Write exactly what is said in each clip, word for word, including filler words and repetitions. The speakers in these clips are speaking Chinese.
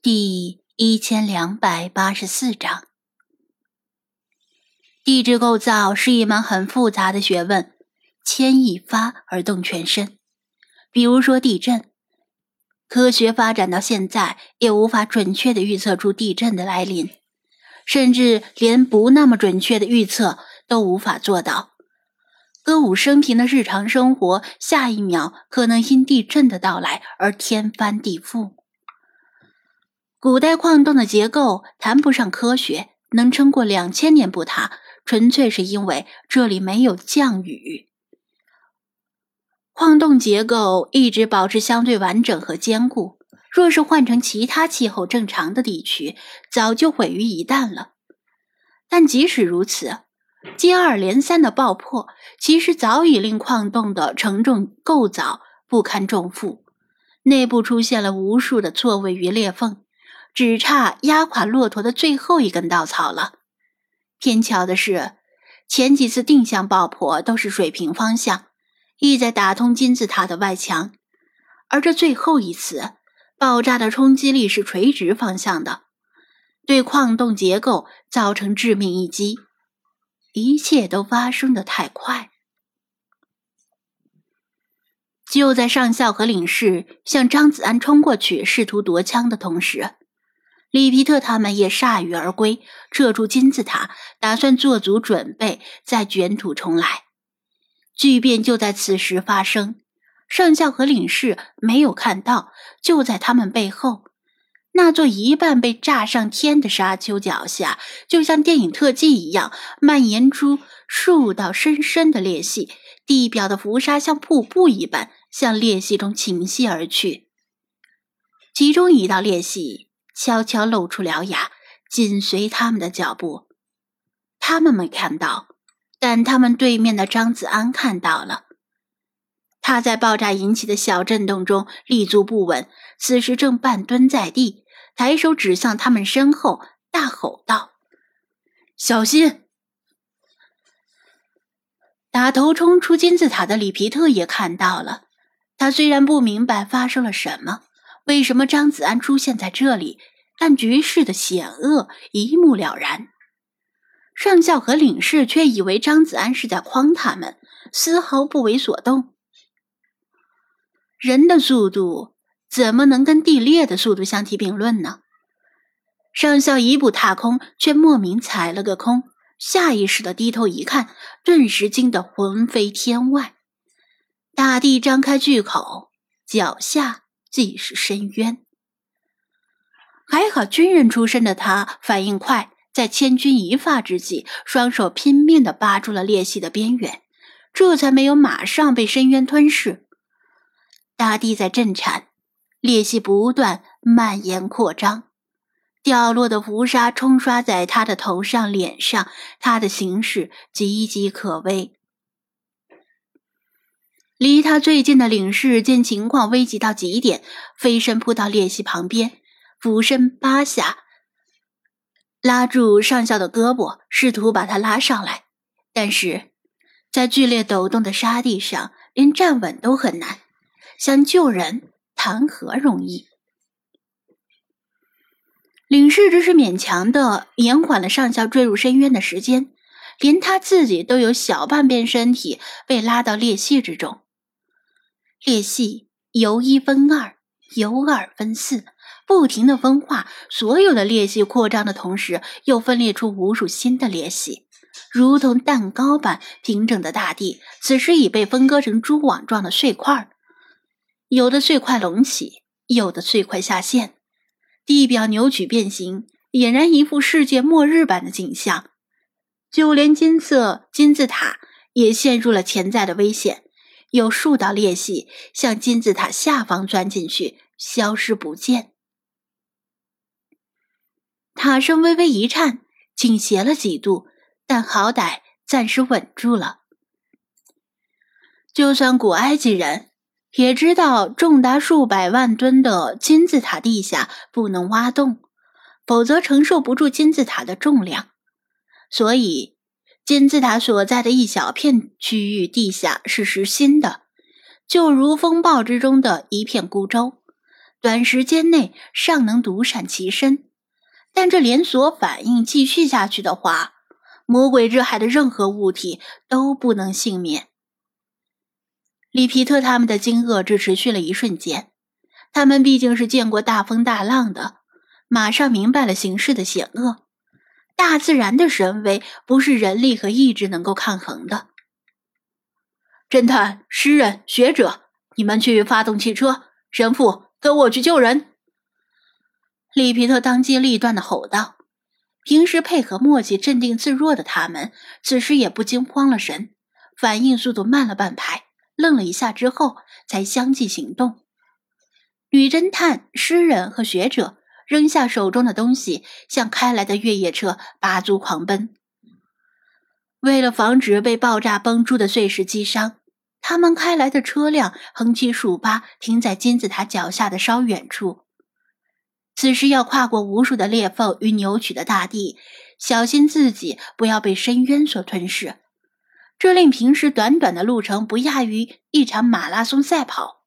第一千两百八十四章，地质构造是一门很复杂的学问，牵一发而动全身。比如说地震，科学发展到现在也无法准确地预测出地震的来临，甚至连不那么准确的预测都无法做到。歌舞升平的日常生活，下一秒可能因地震的到来而天翻地覆。古代矿洞的结构谈不上科学，能撑过两千年不塌，纯粹是因为这里没有降雨。矿洞结构一直保持相对完整和坚固，若是换成其他气候正常的地区，早就毁于一旦了。但即使如此，接二连三的爆破其实早已令矿洞的承重构造不堪重负，内部出现了无数的错位与裂缝，只差压垮骆驼的最后一根稻草了。偏巧的是，前几次定向爆破都是水平方向，意在打通金字塔的外墙，而这最后一次爆炸的冲击力是垂直方向的，对矿洞结构造成致命一击。一切都发生得太快。就在上校和领事向张子安冲过去试图夺枪的同时，里皮特他们也铩羽而归，撤出金字塔，打算做足准备再卷土重来。巨变就在此时发生，上校和领事没有看到，就在他们背后，那座一半被炸上天的沙丘脚下，就像电影特技一样，蔓延出数道深深的裂隙，地表的浮沙像瀑布一般向裂隙中倾泻而去。其中一道裂隙悄悄露出獠牙，紧随他们的脚步。他们没看到，但他们对面的张子安看到了。他在爆炸引起的小震动中立足不稳，此时正半蹲在地，抬手指向他们身后，大吼道：“小心！”打头冲出金字塔的里皮特也看到了。他虽然不明白发生了什么，为什么张子安出现在这里，但局势的险恶一目了然。上校和领事却以为张子安是在诓他们，丝毫不为所动。人的速度怎么能跟地裂的速度相提并论呢？上校一步踏空，却莫名踩了个空，下意识地低头一看，顿时惊得魂飞天外。大地张开巨口，脚下即是深渊。还好军人出身的他反应快，在千钧一发之际，双手拼命地扒住了裂隙的边缘，这才没有马上被深渊吞噬。大地在震颤，裂隙不断蔓延扩张，掉落的浮沙冲刷在他的头上脸上，他的形势岌岌可危。离他最近的领事见情况危急到极点，飞身扑到裂隙旁边，俯身扒下，拉住上校的胳膊，试图把他拉上来。但是在剧烈抖动的沙地上，连站稳都很难，想救人谈何容易。领事只是勉强的延缓了上校坠入深渊的时间，连他自己都有小半边身体被拉到裂隙之中。裂隙由一分二，由二分四，不停的分化，所有的裂隙扩张的同时，又分裂出无数新的裂隙，如同蛋糕般平整的大地，此时已被分割成蛛网状的碎块，有的碎块隆起，有的碎块下陷，地表扭曲变形，俨然一副世界末日般的景象。就连金色金字塔也陷入了潜在的危险，有数道裂隙向金字塔下方钻进去，消失不见。塔身微微一颤，倾斜了几度，但好歹暂时稳住了。就算古埃及人也知道重达数百万吨的金字塔地下不能挖洞，否则承受不住金字塔的重量。所以金字塔所在的一小片区域地下是实心的，就如风暴之中的一片孤舟， 短时间内尚能独善其身，但这连锁反应继续下去的话，魔鬼之海的任何物体都不能幸免。里皮特他们的惊愕只持续了一瞬间，他们毕竟是见过大风大浪的，马上明白了形势的险恶。大自然的神威不是人力和意志能够抗衡的。侦探、诗人、学者，你们去发动汽车，神父跟我去救人。里皮特当机立断地吼道。平时配合默契、镇定自若的他们，此时也不禁慌了神，反应速度慢了半拍，愣了一下之后才相继行动。女侦探、诗人和学者扔下手中的东西，向开来的越野车拔足狂奔。为了防止被爆炸崩出的碎石击伤，他们开来的车辆横七竖八停在金字塔脚下的稍远处。此时要跨过无数的裂缝与扭曲的大地，小心自己不要被深渊所吞噬，这令平时短短的路程不亚于一场马拉松赛跑。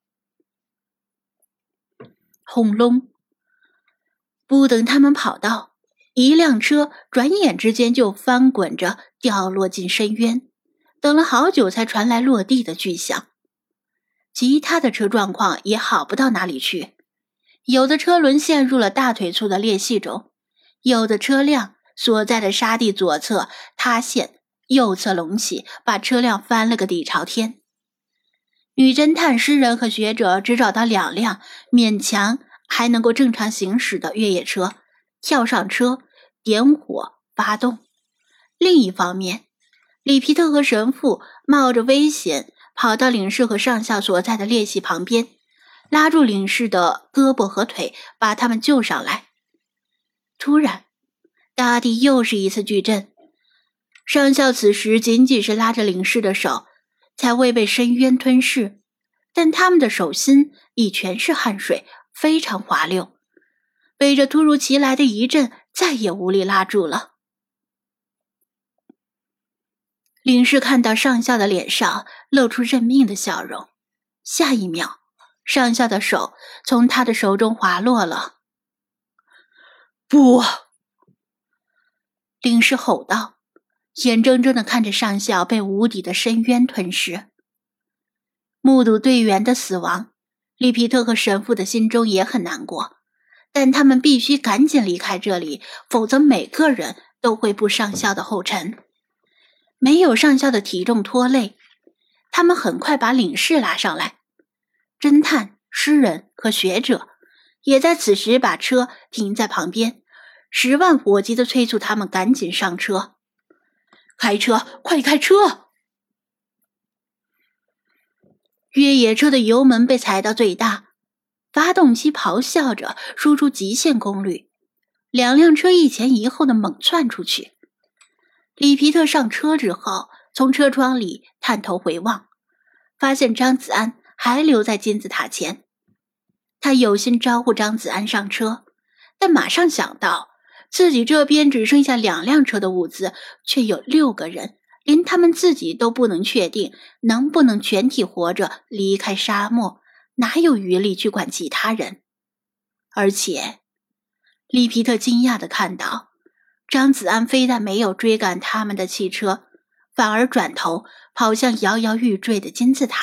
轰隆！不等他们跑到，一辆车转眼之间就翻滚着掉落进深渊，等了好久才传来落地的巨响。其他的车状况也好不到哪里去，有的车轮陷入了大腿粗的裂隙中，有的车辆所在的沙地左侧塌陷，右侧隆起，把车辆翻了个底朝天。女侦探、诗人和学者只找到两辆勉强还能够正常行驶的越野车，跳上车，点火发动。另一方面，里皮特和神父冒着危险跑到领事和上校所在的裂隙旁边，拉住领事的胳膊和腿，把他们救上来。突然，大地又是一次巨震。上校此时仅仅是拉着领事的手，才未被深渊吞噬，但他们的手心已全是汗水，非常滑溜，被这突如其来的一震再也无力拉住了。领事看到上校的脸上露出认命的笑容，下一秒上校的手从他的手中滑落了。不！领事吼道，眼睁睁地看着上校被无底的深渊吞噬。目睹队员的死亡，里皮特和神父的心中也很难过，但他们必须赶紧离开这里，否则每个人都会步上校的后尘。没有上校的体重拖累，他们很快把领事拉上来。侦探、诗人和学者也在此时把车停在旁边，十万火急地催促他们赶紧上车。开车，快开车！越野车的油门被踩到最大，发动机咆哮着输出极限功率，两辆车一前一后的猛窜出去。里皮特上车之后，从车窗里探头回望，发现张子安还留在金字塔前。他有心招呼张子安上车，但马上想到自己这边只剩下两辆车的物资，却有六个人，连他们自己都不能确定能不能全体活着离开沙漠，哪有余力去管其他人？而且里皮特惊讶地看到，张子安非但没有追赶他们的汽车，反而转头跑向摇摇欲坠的金字塔。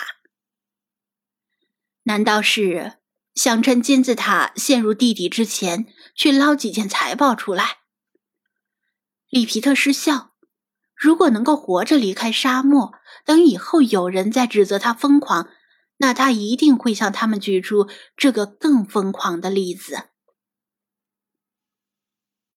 难道是想趁金字塔陷入地底之前去捞几件财宝出来？里皮特失笑，如果能够活着离开沙漠，等以后有人再指责他疯狂，那他一定会向他们举出这个更疯狂的例子。